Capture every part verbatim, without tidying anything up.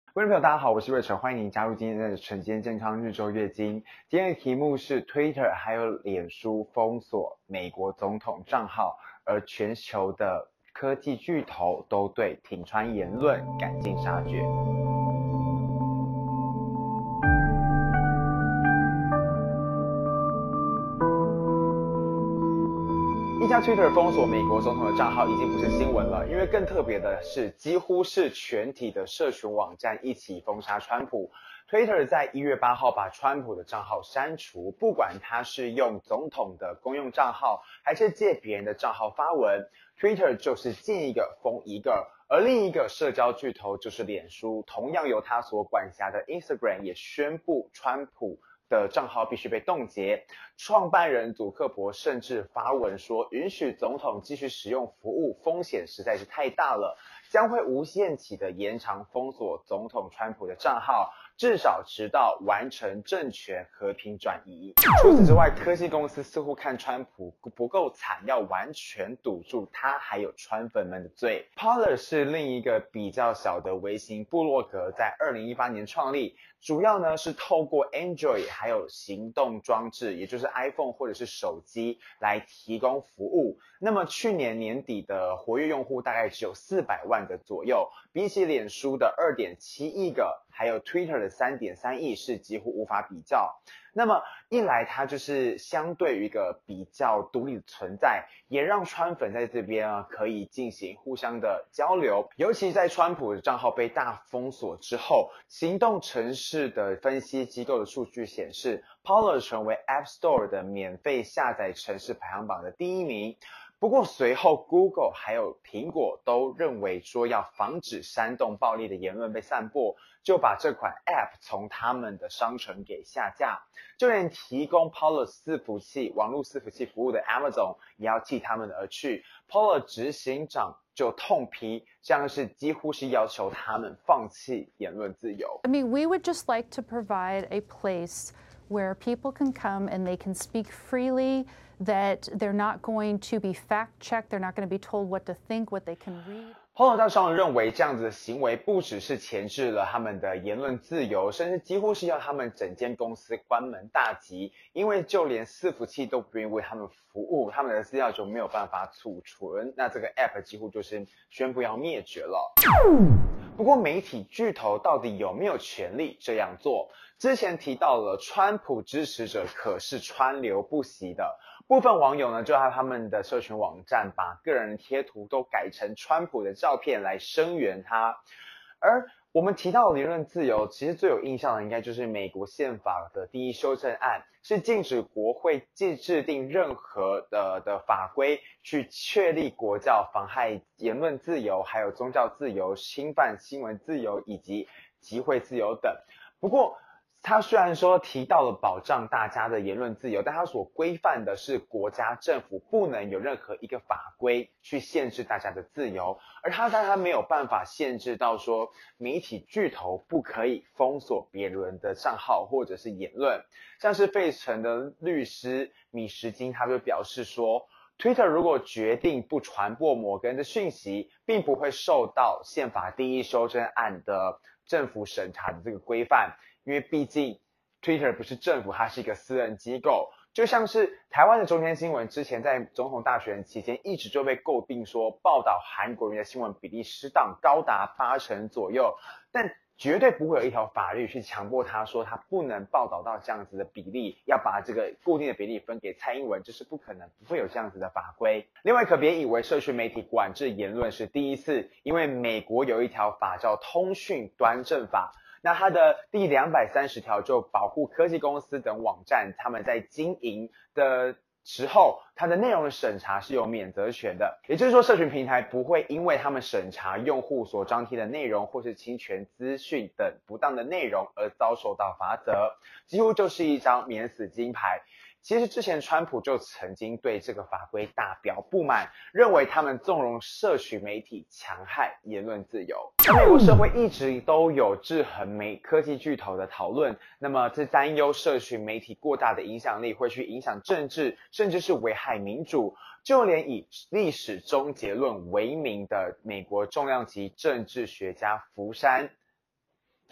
观众朋友，大家好，我是瑞成，欢迎您加入今天的晨间健康日周月经。今天的题目是 Twitter 还有脸书封锁美国总统账号，而全球的科技巨头都对挺川言论赶尽杀绝。一家 Twitter 封锁美国总统的账号已经不是新闻了，因为更特别的是，几乎是全体的社群网站一起封杀川普。Twitter 在一月八号把川普的账号删除，不管他是用总统的公用账号，还是借别人的账号发文 ，Twitter 就是进一个封一个。而另一个社交巨头就是脸书，同样由他所管辖的 Instagram 也宣布川普的账号必须被冻结。创办人祖克伯甚至发文说，允许总统继续使用服务风险实在是太大了，将会无限期的延长封锁总统川普的账号，至少直到完成政权和平转移。除此之外，科技公司似乎看川普不够惨，要完全堵住他还有川粉们的罪。Parler 是另一个比较小的微型部落格，在二零一八年创立，主要呢是透过 Android 还有行动装置，也就是 iPhone 或者是手机来提供服务。那么去年年底的活跃用户大概只有四百万个左右，比起脸书的 二点七亿个，还有 Twitter 的 三点三亿是几乎无法比较。那么一来它就是相对于一个比较独立的存在，也让川粉在这边啊可以进行互相的交流。尤其在川普的账号被大封锁之后，行动程式的分析机构的数据显示 Parler 成为 App Store 的免费下载程式排行榜的第一名。不过随后 Google 还有苹果都认为说要防止煽动暴力的言论被散播，就把这款 App 从他们的商城给下架。就连提供 Parler 伺服器网络伺服器服务的 Amazon 也要替他们而去。Parler 执行长就痛批，这样是几乎是要求他们放弃言论自由。 I mean, we would just like to provide a place where people can come and they can speak freely, that they're not going to be fact-checked, they're not going to be told what to think, what they can read. Parler 大商人认为这样子的行为不只是钳制了他们的言论自由，甚至几乎是要他们整间公司关门大吉，因为就连伺服器都不愿意为他们服务，他们的资料就没有办法储存，那这个 App 几乎就是宣布要灭绝了。不过媒体巨头到底有没有权利这样做？之前提到了川普支持者可是川流不息的，部分网友呢就在他们的社群网站把个人贴图都改成川普的照片来声援他。而我们提到的言论自由，其实最有印象的应该就是美国宪法的第一修正案，是禁止国会制制定任何的的法规去确立国教，妨害言论自由，还有宗教自由，侵犯新闻自由以及集会自由等。不过他虽然说提到了保障大家的言论自由，但他所规范的是国家政府不能有任何一个法规去限制大家的自由，而他但他没有办法限制到说媒体巨头不可以封锁别人的账号或者是言论。像是费城的律师米什金他就表示说， Twitter 如果决定不传播某个人的讯息，并不会受到宪法第一修正案的政府审查的这个规范，因为毕竟 Twitter 不是政府，它是一个私人机构。就像是台湾的中天新闻之前在总统大选期间一直就被诟病说报道韩国人的新闻比例失当高达八成左右，但绝对不会有一条法律去强迫他说他不能报道到这样子的比例，要把这个固定的比例分给蔡英文，这是不可能，不会有这样子的法规。另外可别以为社群媒体管制言论是第一次，因为美国有一条法叫通讯端正法，那它的第两百三十条就保护科技公司等网站他们在经营的时候，它的内容的审查是有免责权的，也就是说社群平台不会因为他们审查用户所张贴的内容或是侵权资讯等不当的内容而遭受到罚则，几乎就是一张免死金牌。其实之前川普就曾经对这个法规大表不满，认为他们纵容社群媒体强害言论自由。而美国社会一直都有制衡美科技巨头的讨论，那么这担忧社群媒体过大的影响力会去影响政治，甚至是危害民主。就连以历史终结论为名的美国重量级政治学家福山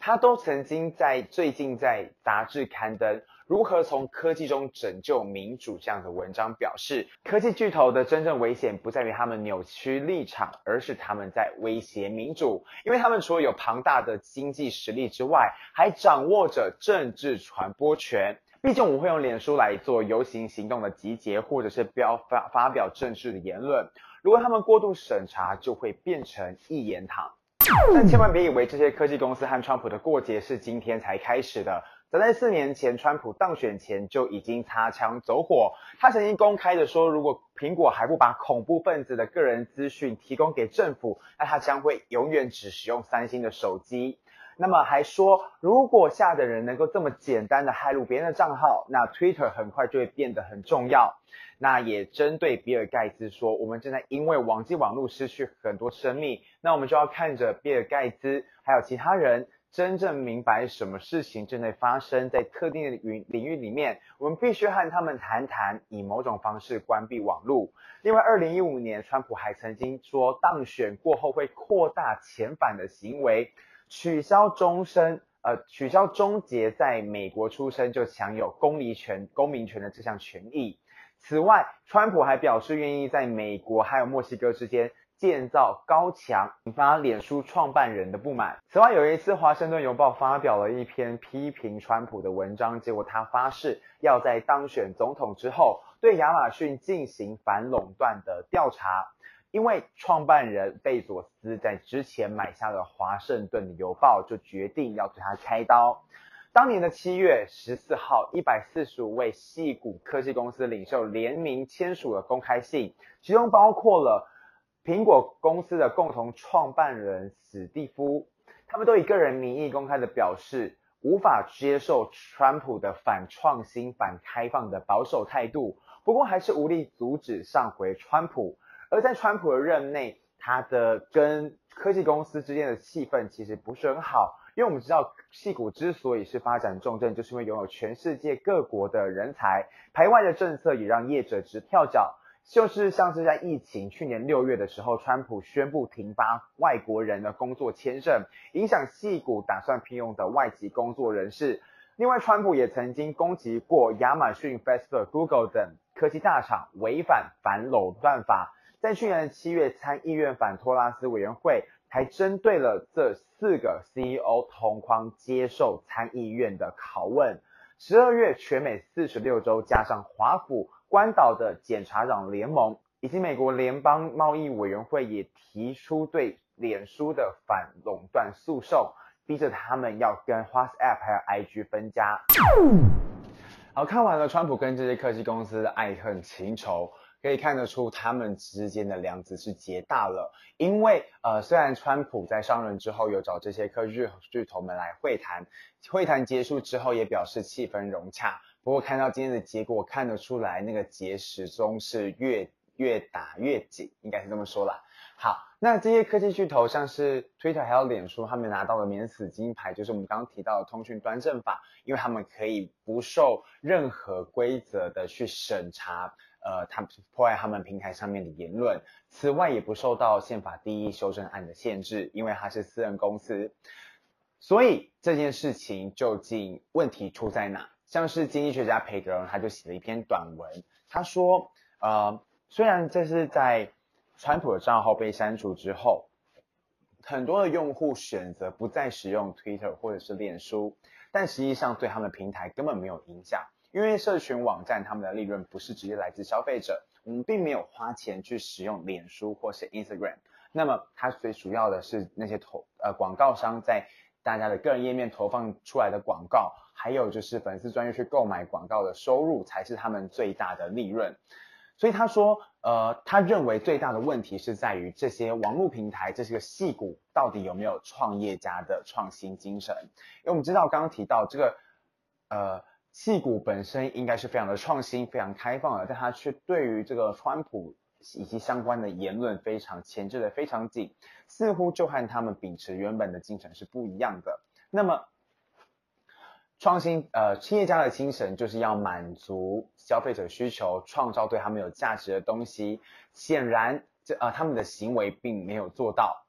他都曾经在最近在杂志刊登如何从科技中拯救民主这样的文章，表示科技巨头的真正危险不在于他们扭曲立场，而是他们在威胁民主，因为他们除了有庞大的经济实力之外，还掌握着政治传播权。毕竟我们会用脸书来做游行行动的集结，或者是标发发表政治的言论，如果他们过度审查，就会变成一言堂。但千万别以为这些科技公司和川普的过节是今天才开始的，早在四年前川普当选前就已经擦枪走火。他曾经公开的说，如果苹果还不把恐怖分子的个人资讯提供给政府，那他将会永远只使用三星的手机。那么还说，如果下的人能够这么简单的骇入别人的账号，那 Twitter 很快就会变得很重要。那也针对比尔盖茨说，我们正在因为网际网络失去很多生命，那我们就要看着比尔盖茨还有其他人真正明白什么事情正在发生在特定的领域里面，我们必须和他们谈谈，以某种方式关闭网络。另外二零一五年川普还曾经说，当选过后会扩大遣返的行为，取消终身呃，取消终结在美国出生就享有公民权、公民权的这项权益。此外，川普还表示愿意在美国还有墨西哥之间建造高墙，引发脸书创办人的不满。此外，有一次华盛顿邮报发表了一篇批评川普的文章，结果他发誓要在当选总统之后对亚马逊进行反垄断的调查。因为创办人贝佐斯在之前买下了华盛顿邮报，就决定要对他开刀。当年的七月十四号，一百四十五位矽谷科技公司领袖联名签署了公开信，其中包括了苹果公司的共同创办人史蒂夫，他们都以个人名义公开的表示无法接受川普的反创新、反开放的保守态度，不过还是无力阻止上回川普。而在川普的任内，他的跟科技公司之间的气氛其实不是很好，因为我们知道矽谷之所以是发展重镇，就是因为拥有全世界各国的人才，排外的政策也让业者直跳脚。就是像是在疫情去年六月的时候，川普宣布停发外国人的工作签证，影响矽谷打算聘用的外籍工作人士。另外，川普也曾经攻击过亚马逊、Facebook、Google 等科技大厂违反反垄断法。在去年的七月，参议院反托拉斯委员会还针对了这四个 C E O 同框接受参议院的拷问。十二月，全美四十六州加上华府、关岛的检察长联盟以及美国联邦贸易委员会也提出对脸书的反垄断诉讼，逼着他们要跟 WhatsApp 还有 I G 分家。好，看完了川普跟这些科技公司的爱恨情仇，可以看得出他们之间的梁子是结大了。因为呃，虽然川普在上任之后有找这些科技巨头们来会谈，会谈结束之后也表示气氛融洽，不过看到今天的结果，看得出来那个结始终是越越打越紧，应该是这么说啦。好，那这些科技巨头像是 Twitter 还有脸书，他们拿到了免死金牌，就是我们刚刚提到的通讯端正法，因为他们可以不受任何规则的去审查呃，他们破坏他们平台上面的言论。此外，也不受到宪法第一修正案的限制，因为它是私人公司。所以这件事情究竟问题出在哪？像是经济学家裴格荣他就写了一篇短文，他说，呃，虽然这是在川普的账号被删除之后，很多的用户选择不再使用 Twitter 或者是脸书，但实际上对他们平台根本没有影响。因为社群网站他们的利润不是直接来自消费者，我们并没有花钱去使用脸书或是 Instagram， 那么它最主要的是那些投呃广告商在大家的个人页面投放出来的广告，还有就是粉丝专页去购买广告的收入才是他们最大的利润。所以他说呃，他认为最大的问题是在于这些网络平台，这些个矽谷到底有没有创业家的创新精神。因为我们知道刚刚提到这个呃矽谷本身应该是非常的创新、非常开放的，但他却对于这个川普以及相关的言论非常钳制的非常紧，似乎就和他们秉持原本的精神是不一样的。那么创新呃企业家的精神就是要满足消费者需求，创造对他们有价值的东西。显然这呃他们的行为并没有做到。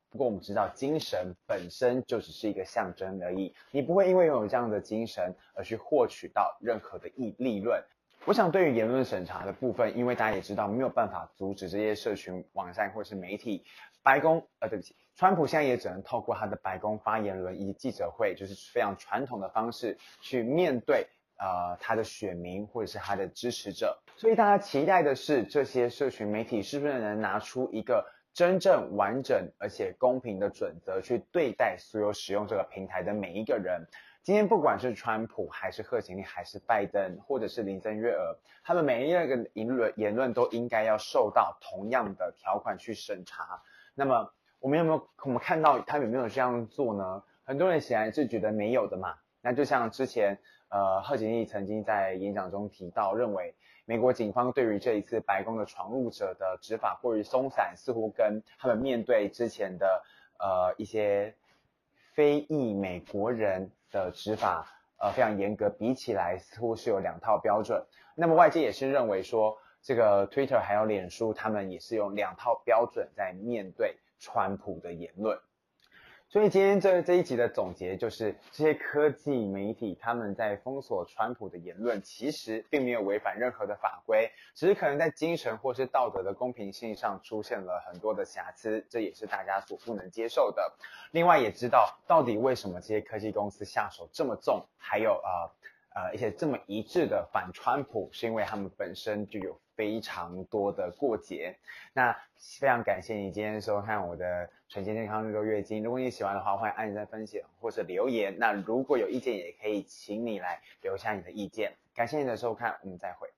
不过我们知道精神本身就只是一个象征而已，你不会因为拥有这样的精神而去获取到任何的利利润。我想对于言论审查的部分，因为大家也知道没有办法阻止这些社群网站或是媒体，白宫呃对不起，川普现在也只能透过他的白宫发言人以及记者会，就是非常传统的方式去面对呃他的选民或者是他的支持者。所以大家期待的是这些社群媒体是不是能拿出一个真正完整而且公平的准则去对待所有使用这个平台的每一个人。今天不管是川普还是贺锦丽还是拜登或者是林郑月娥，他们每一个言论言论都应该要受到同样的条款去审查。那么我们有没有我们看到他有没有这样做呢？很多人显然是觉得没有的嘛。那就像之前呃贺锦丽曾经在演讲中提到，认为美国警方对于这一次白宫的闯入者的执法过于松散，似乎跟他们面对之前的呃一些非裔美国人的执法呃非常严格比起来，似乎是有两套标准。那么外界也是认为说，这个 Twitter 还有脸书他们也是用两套标准在面对川普的言论。所以今天这这一集的总结就是，这些科技媒体他们在封锁川普的言论，其实并没有违反任何的法规，只是可能在精神或是道德的公平性上出现了很多的瑕疵，这也是大家所不能接受的。另外也知道到底为什么这些科技公司下手这么重，还有呃呃一些这么一致的反川普，是因为他们本身就有非常多的过节。那非常感谢你今天收看我的纯健健康日周月经，如果你喜欢的话，欢迎按赞分享或者留言。那如果有意见，也可以请你来留下你的意见。感谢你的收看，我们再会。